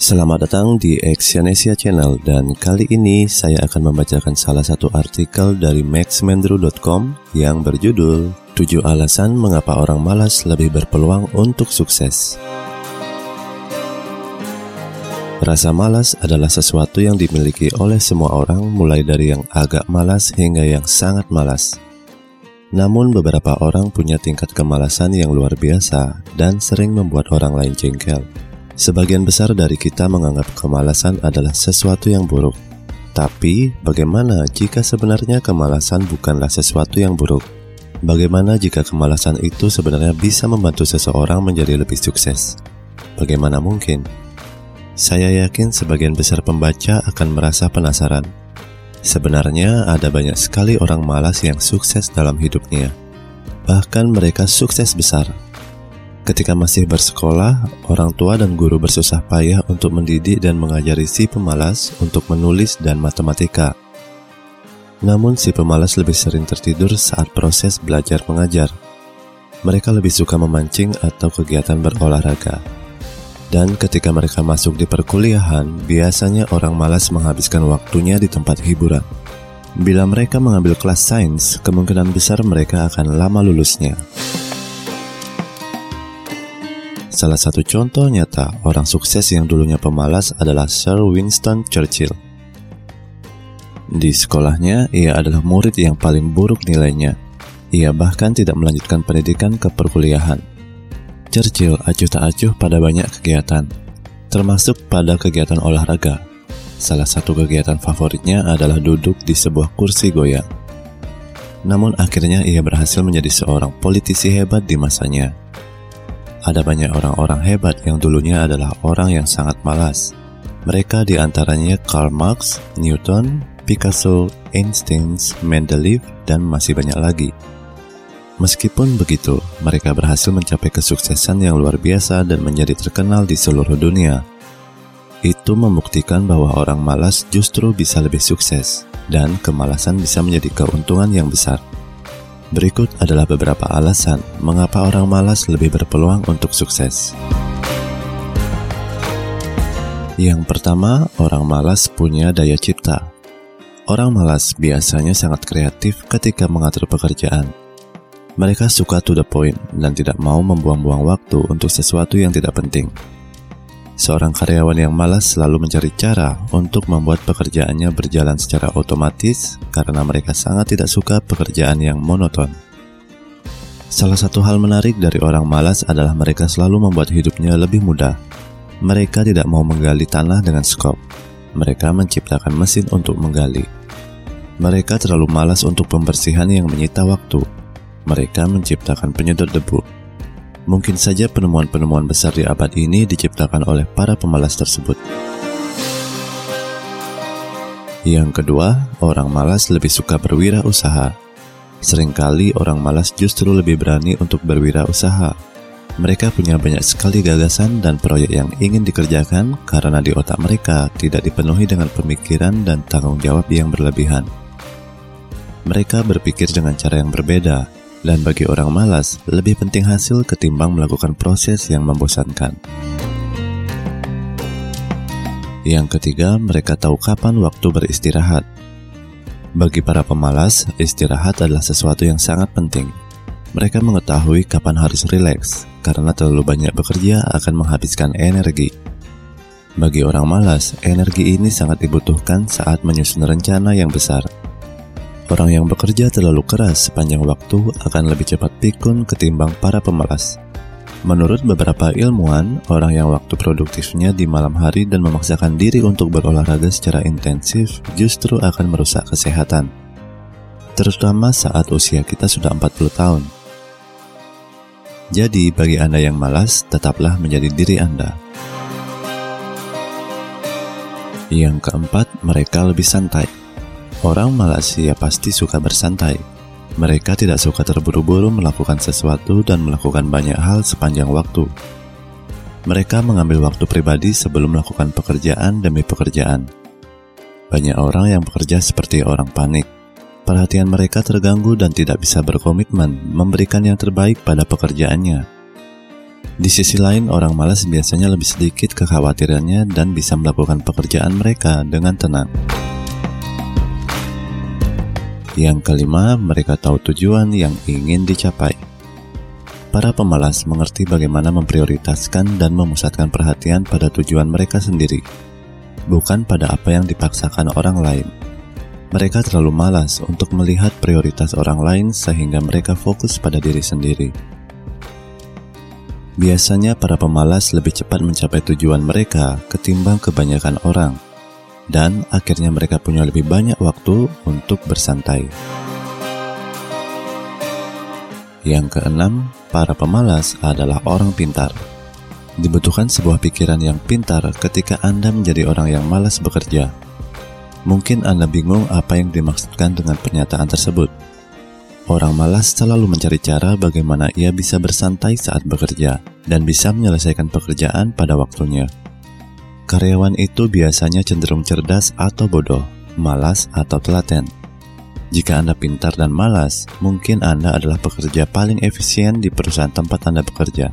Selamat datang di Exyonesia Channel, dan kali ini saya akan membacakan salah satu artikel dari maxmendru.com yang berjudul 7 alasan mengapa orang malas lebih berpeluang untuk sukses. Rasa malas adalah sesuatu yang dimiliki oleh semua orang, mulai dari yang agak malas hingga yang sangat malas. Namun beberapa orang punya tingkat kemalasan yang luar biasa dan sering membuat orang lain jengkel. Sebagian besar dari kita menganggap kemalasan adalah sesuatu yang buruk. Tapi, bagaimana jika sebenarnya kemalasan bukanlah sesuatu yang buruk? Bagaimana jika kemalasan itu sebenarnya bisa membantu seseorang menjadi lebih sukses? Bagaimana mungkin? Saya yakin sebagian besar pembaca akan merasa penasaran. Sebenarnya ada banyak sekali orang malas yang sukses dalam hidupnya. Bahkan mereka sukses besar. Ketika masih bersekolah, orang tua dan guru bersusah payah untuk mendidik dan mengajari si pemalas untuk menulis dan matematika. Namun si pemalas lebih sering tertidur saat proses belajar mengajar. Mereka lebih suka memancing atau kegiatan berolahraga. Dan ketika mereka masuk di perkuliahan, biasanya orang malas menghabiskan waktunya di tempat hiburan. Bila mereka mengambil kelas sains, kemungkinan besar mereka akan lama lulusnya. Salah satu contoh nyata orang sukses yang dulunya pemalas adalah Sir Winston Churchill. Di sekolahnya, ia adalah murid yang paling buruk nilainya. Ia bahkan tidak melanjutkan pendidikan ke perkuliahan. Churchill acuh tak acuh pada banyak kegiatan, termasuk pada kegiatan olahraga. Salah satu kegiatan favoritnya adalah duduk di sebuah kursi goyang. Namun akhirnya ia berhasil menjadi seorang politisi hebat di masanya. Ada banyak orang-orang hebat yang dulunya adalah orang yang sangat malas. Mereka diantaranya Karl Marx, Newton, Picasso, Einstein, Mendeleev, dan masih banyak lagi. Meskipun begitu, mereka berhasil mencapai kesuksesan yang luar biasa dan menjadi terkenal di seluruh dunia. Itu membuktikan bahwa orang malas justru bisa lebih sukses, dan kemalasan bisa menjadi keuntungan yang besar. Berikut adalah beberapa alasan mengapa orang malas lebih berpeluang untuk sukses. Yang pertama, orang malas punya daya cipta. Orang malas biasanya sangat kreatif ketika mengatur pekerjaan. Mereka suka to the point dan tidak mau membuang-buang waktu untuk sesuatu yang tidak penting. Seorang karyawan yang malas selalu mencari cara untuk membuat pekerjaannya berjalan secara otomatis karena mereka sangat tidak suka pekerjaan yang monoton. Salah satu hal menarik dari orang malas adalah mereka selalu membuat hidupnya lebih mudah. Mereka tidak mau menggali tanah dengan skop. Mereka menciptakan mesin untuk menggali. Mereka terlalu malas untuk pembersihan yang menyita waktu. Mereka menciptakan penyedot debu. Mungkin saja penemuan-penemuan besar di abad ini diciptakan oleh para pemalas tersebut. Yang kedua, orang malas lebih suka berwirausaha. Seringkali orang malas justru lebih berani untuk berwirausaha. Mereka punya banyak sekali gagasan dan proyek yang ingin dikerjakan karena di otak mereka tidak dipenuhi dengan pemikiran dan tanggung jawab yang berlebihan. Mereka berpikir dengan cara yang berbeda. Dan bagi orang malas, lebih penting hasil ketimbang melakukan proses yang membosankan. Yang ketiga, mereka tahu kapan waktu beristirahat. Bagi para pemalas, istirahat adalah sesuatu yang sangat penting. Mereka mengetahui kapan harus rileks, karena terlalu banyak bekerja akan menghabiskan energi. Bagi orang malas, energi ini sangat dibutuhkan saat menyusun rencana yang besar. Orang yang bekerja terlalu keras sepanjang waktu akan lebih cepat pikun ketimbang para pemalas. Menurut beberapa ilmuwan, orang yang waktu produktifnya di malam hari dan memaksakan diri untuk berolahraga secara intensif justru akan merusak kesehatan, terutama saat usia kita sudah 40 tahun. Jadi, bagi Anda yang malas, tetaplah menjadi diri Anda. Yang keempat, mereka lebih santai. Orang malas ya pasti suka bersantai. Mereka tidak suka terburu-buru melakukan sesuatu dan melakukan banyak hal sepanjang waktu. Mereka mengambil waktu pribadi sebelum melakukan pekerjaan demi pekerjaan. Banyak orang yang bekerja seperti orang panik. Perhatian mereka terganggu dan tidak bisa berkomitmen memberikan yang terbaik pada pekerjaannya. Di sisi lain, orang malas biasanya lebih sedikit kekhawatirannya dan bisa melakukan pekerjaan mereka dengan tenang. Yang kelima, mereka tahu tujuan yang ingin dicapai. Para pemalas mengerti bagaimana memprioritaskan dan memusatkan perhatian pada tujuan mereka sendiri, bukan pada apa yang dipaksakan orang lain. Mereka terlalu malas untuk melihat prioritas orang lain sehingga mereka fokus pada diri sendiri. Biasanya para pemalas lebih cepat mencapai tujuan mereka ketimbang kebanyakan orang, dan akhirnya mereka punya lebih banyak waktu untuk bersantai. Yang keenam, para pemalas adalah orang pintar. Dibutuhkan sebuah pikiran yang pintar ketika Anda menjadi orang yang malas bekerja. Mungkin Anda bingung apa yang dimaksudkan dengan pernyataan tersebut. Orang malas selalu mencari cara bagaimana ia bisa bersantai saat bekerja dan bisa menyelesaikan pekerjaan pada waktunya. Karyawan itu biasanya cenderung cerdas atau bodoh, malas atau telaten. Jika Anda pintar dan malas, mungkin Anda adalah pekerja paling efisien di perusahaan tempat Anda bekerja.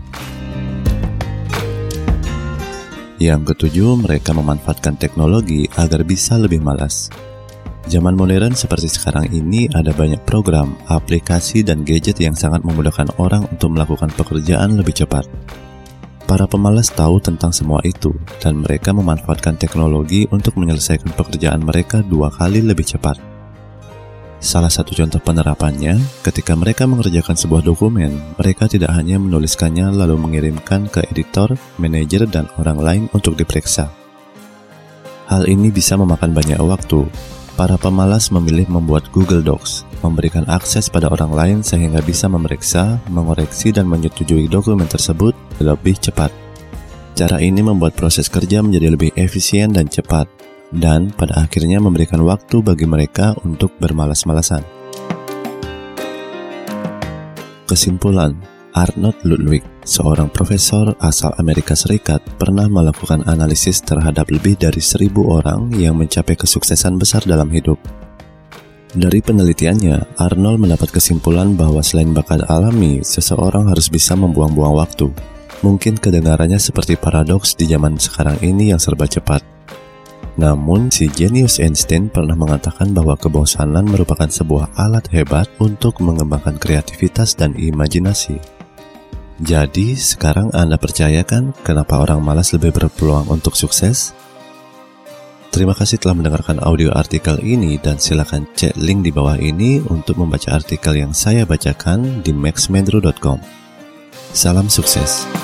Yang ketujuh, mereka memanfaatkan teknologi agar bisa lebih malas. Zaman modern seperti sekarang ini ada banyak program, aplikasi, dan gadget yang sangat memudahkan orang untuk melakukan pekerjaan lebih cepat. Para pemalas tahu tentang semua itu, dan mereka memanfaatkan teknologi untuk menyelesaikan pekerjaan mereka 2 kali lebih cepat. Salah satu contoh penerapannya, ketika mereka mengerjakan sebuah dokumen, mereka tidak hanya menuliskannya lalu mengirimkan ke editor, manajer, dan orang lain untuk diperiksa. Hal ini bisa memakan banyak waktu. Para pemalas memilih membuat Google Docs, memberikan akses pada orang lain sehingga bisa memeriksa, mengoreksi, dan menyetujui dokumen tersebut lebih cepat. Cara ini membuat proses kerja menjadi lebih efisien dan cepat, dan pada akhirnya memberikan waktu bagi mereka untuk bermalas-malasan. Kesimpulan, Arnold Ludwig, seorang profesor asal Amerika Serikat, pernah melakukan analisis terhadap lebih dari 1.000 orang yang mencapai kesuksesan besar dalam hidup. Dari penelitiannya, Arnold mendapat kesimpulan bahwa selain bakat alami, seseorang harus bisa membuang-buang waktu. Mungkin kedengarannya seperti paradoks di zaman sekarang ini yang serba cepat. Namun, si jenius Einstein pernah mengatakan bahwa kebosanan merupakan sebuah alat hebat untuk mengembangkan kreativitas dan imajinasi. Jadi, sekarang Anda percaya kan kenapa orang malas lebih berpeluang untuk sukses? Terima kasih telah mendengarkan audio artikel ini dan silakan cek link di bawah ini untuk membaca artikel yang saya bacakan di maxmendro.com. Salam sukses.